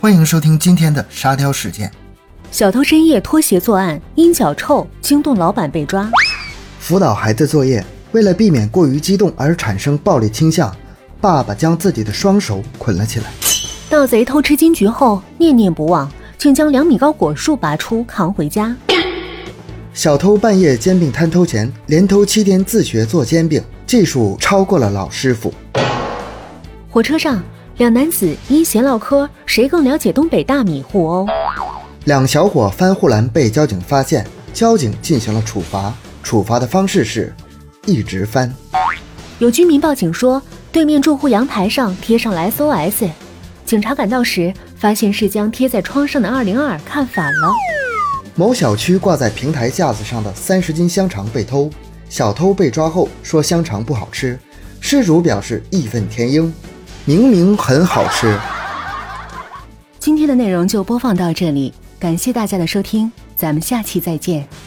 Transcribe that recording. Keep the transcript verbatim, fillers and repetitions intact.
欢迎收听今天的沙雕事件。 小偷深夜脱鞋作案，因脚臭惊动老板被抓。 辅导孩子作业，为了避免过于激动而产生暴力倾向，爸爸将自己的双手捆了起来。 盗贼偷吃金桔后念念不忘，竟将两米高果树拔出扛回家。 小偷半夜煎饼摊偷钱，连偷七天自学做煎饼，技术超过了老师傅。 火车上，两男子因闲唠嗑，谁更了解东北大米互殴。 两小伙翻护栏被交警发现，交警进行了处罚，处罚的方式是一直翻。 有居民报警说，对面住户阳台上贴上了 S O S， 警察赶到时，发现是将贴在窗上的二零二看反了。 某小区挂在平台架子上的三十斤香肠被偷，小偷被抓后说香肠不好吃，失主表示义愤填膺，明明很好吃。 今天的内容就播放到这里，感谢大家的收听，咱们下期再见。